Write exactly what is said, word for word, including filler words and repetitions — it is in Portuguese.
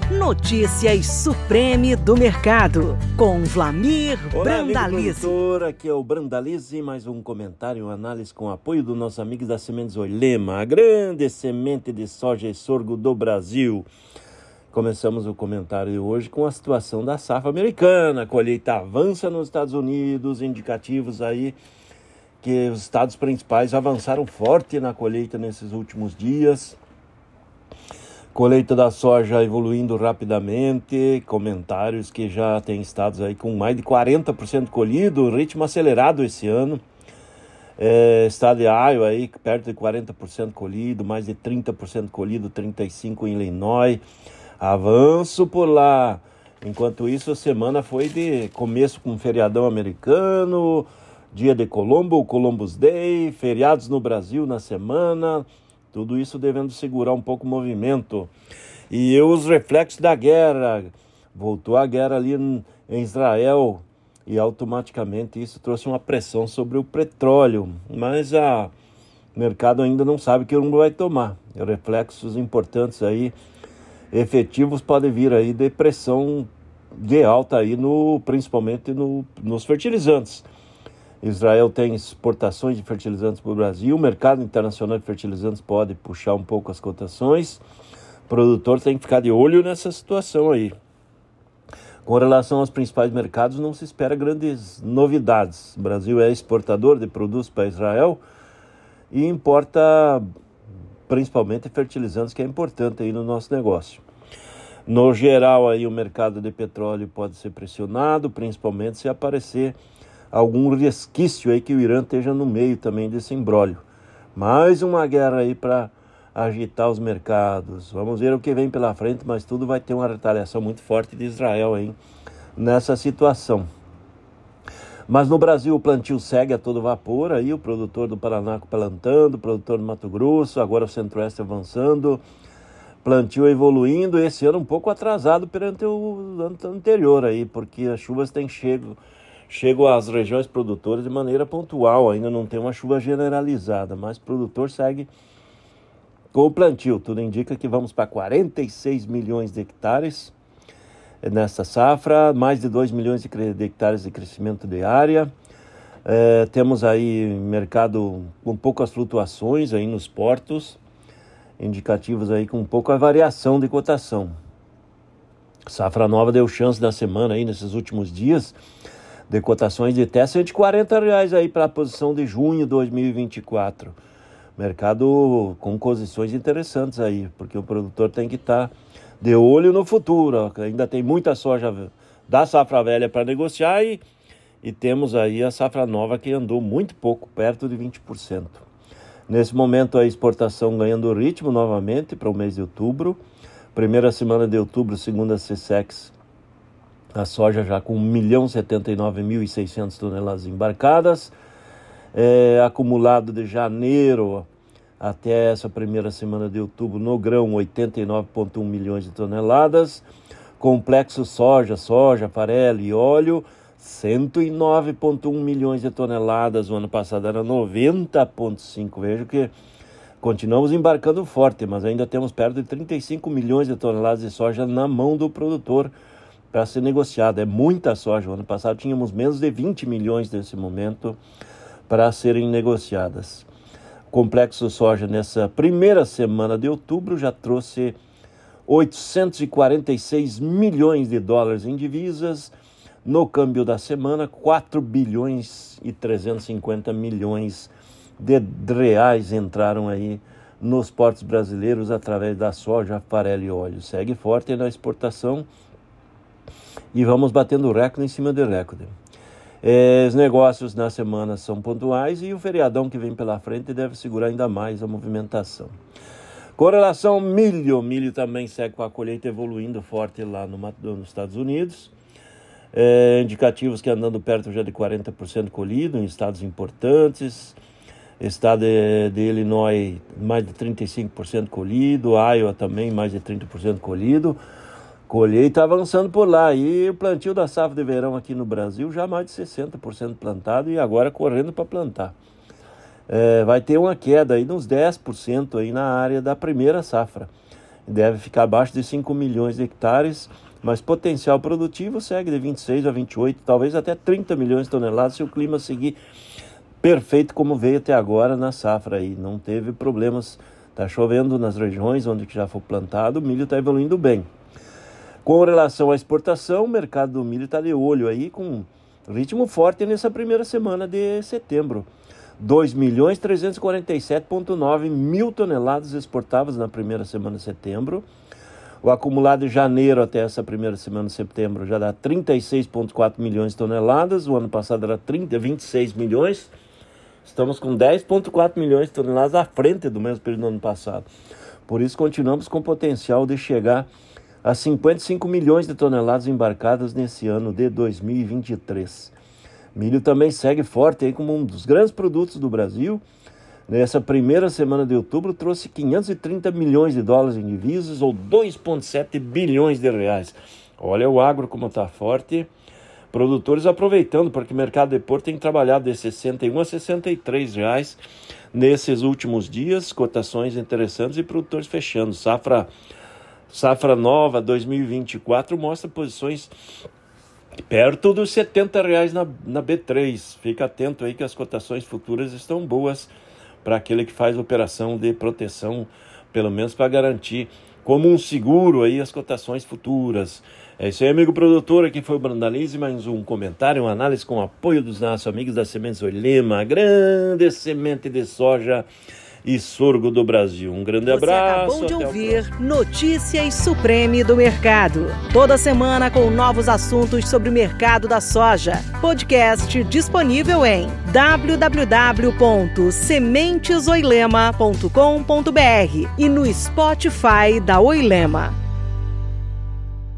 Notícias Supreme do Mercado, com Vlamir Olá, Brandalize. Amigo produtor, aqui é o Brandalize, mais um comentário, uma análise com apoio dos nossos amigos da Sementes Oilema, a grande semente de soja e sorgo do Brasil. Começamos o comentário de hoje com a situação da safra americana. A colheita avança nos Estados Unidos, indicativos aí que os estados principais avançaram forte na colheita nesses últimos dias. Colheita da soja evoluindo rapidamente, comentários que já tem estados aí com mais de quarenta por cento colhido, ritmo acelerado esse ano. É, estado de Iowa aí perto de quarenta por cento colhido, mais de trinta por cento colhido, trinta e cinco por cento em Illinois. Avanço por lá. Enquanto isso, a semana foi de começo com feriadão americano, dia de Colombo, Columbus Day, feriados no Brasil na semana. Tudo isso devendo segurar um pouco o movimento. E os reflexos da guerra. Voltou a guerra ali em Israel e automaticamente isso trouxe uma pressão sobre o petróleo. Mas a, o mercado ainda não sabe que rumo vai tomar. Reflexos importantes aí, efetivos, podem vir aí de pressão de alta aí, no, principalmente no, nos fertilizantes. Israel tem exportações de fertilizantes para o Brasil, o mercado internacional de fertilizantes pode puxar um pouco as cotações. O produtor tem que ficar de olho nessa situação aí. Com relação aos principais mercados, não se espera grandes novidades. O Brasil é exportador de produtos para Israel e importa principalmente fertilizantes, que é importante aí no nosso negócio. No geral, aí o mercado de petróleo pode ser pressionado, principalmente se aparecer algum resquício aí que o Irã esteja no meio também desse imbróglio. Mais uma guerra aí para agitar os mercados. Vamos ver o que vem pela frente, mas tudo vai ter uma retaliação muito forte de Israel aí nessa situação. Mas no Brasil o plantio segue a todo vapor, aí o produtor do Paraná plantando, o produtor do Mato Grosso, agora o Centro-Oeste avançando, plantio evoluindo, esse ano um pouco atrasado perante o ano anterior aí, porque as chuvas têm chego Chegam às regiões produtoras de maneira pontual, ainda não tem uma chuva generalizada, mas o produtor segue com o plantio. Tudo indica que vamos para quarenta e seis milhões de hectares nessa safra, mais de dois milhões de hectares de crescimento de área. É, temos aí mercado com poucas flutuações aí nos portos, indicativos aí com pouca variação de cotação. Safra nova deu chance da semana aí nesses últimos dias, de cotações de até cento e quarenta reais aí para a posição de junho de dois mil e vinte e quatro. Mercado com posições interessantes aí, porque o produtor tem que estar tá de olho no futuro. Ainda tem muita soja da safra velha para negociar e, e temos aí a safra nova que andou muito pouco, perto de vinte por cento. Nesse momento a exportação ganhando ritmo novamente para o mês de outubro. Primeira semana de outubro, segundo a SECEX, a soja já com um milhão setenta e nove mil e seiscentas toneladas embarcadas. É, acumulado de janeiro até essa primeira semana de outubro no grão, oitenta e nove vírgula um milhões de toneladas. Complexo soja, soja, farelo e óleo, cento e nove vírgula um milhões de toneladas. O ano passado era noventa vírgula cinco. Vejo que continuamos embarcando forte, mas ainda temos perto de trinta e cinco milhões de toneladas de soja na mão do produtor para ser negociada. É muita soja. O ano passado tínhamos menos de vinte milhões nesse momento para serem negociadas. O complexo soja nessa primeira semana de outubro já trouxe oitocentos e quarenta e seis milhões de dólares em divisas. No câmbio da semana, quatro bilhões e trezentos e cinquenta milhões de reais entraram aí nos portos brasileiros através da soja, farelo e óleo. Segue forte na exportação e vamos batendo recorde em cima de recorde. É, os negócios na semana são pontuais e o feriadão que vem pela frente deve segurar ainda mais a movimentação. Com relação ao milho, milho também segue com a colheita evoluindo forte lá no, nos Estados Unidos. É, indicativos que andando perto já de quarenta por cento colhido em estados importantes. Estado de, de Illinois mais de trinta e cinco por cento colhido, Iowa também mais de trinta por cento colhido. Colheita avançando por lá. E o plantio da safra de verão aqui no Brasil já mais de sessenta por cento plantado e agora correndo para plantar. É, vai ter uma queda aí de uns dez por cento aí na área da primeira safra. deve ficar abaixo de cinco milhões de hectares, mas potencial produtivo segue de vinte e seis a vinte e oito, talvez até trinta milhões de toneladas se o clima seguir perfeito como veio até agora na safra aí. Não teve problemas, está chovendo nas regiões onde já foi plantado, o milho está evoluindo bem. Com relação à exportação, o mercado do milho está de olho aí com ritmo forte nessa primeira semana de setembro. dois milhões trezentos e quarenta e sete vírgula nove mil toneladas exportadas na primeira semana de setembro. O acumulado de janeiro até essa primeira semana de setembro já dá trinta e seis vírgula quatro milhões de toneladas. O ano passado era trinta, vinte e seis milhões. Estamos com dez vírgula quatro milhões de toneladas à frente do mesmo período do ano passado. Por isso, continuamos com potencial de chegar a cinquenta e cinco milhões de toneladas embarcadas nesse ano de dois mil e vinte e três. Milho também segue forte aí como um dos grandes produtos do Brasil. Nessa primeira semana de outubro, trouxe quinhentos e trinta milhões de dólares em divisas, ou dois vírgula sete bilhões de reais. Olha o agro como está forte. Produtores aproveitando, porque o mercado de porto tem trabalhado de sessenta e um a sessenta e três reais nesses últimos dias. Cotações interessantes e produtores fechando. Safra, safra nova dois mil e vinte e quatro mostra posições perto dos setenta reais na, na B três. Fica atento aí que as cotações futuras estão boas para aquele que faz operação de proteção, pelo menos para garantir como um seguro aí as cotações futuras. É isso aí, amigo produtor, aqui foi o Brandalize, mais um comentário, uma análise com o apoio dos nossos amigos da Sementes Oilema, a grande semente de soja e sorgo do Brasil. Um grande Você abraço. Acabou de ouvir Notícias Supreme do Mercado. Toda semana com novos assuntos sobre o mercado da soja. Podcast disponível em w w w ponto sementes oilema ponto com ponto b r e no Spotify da Oilema.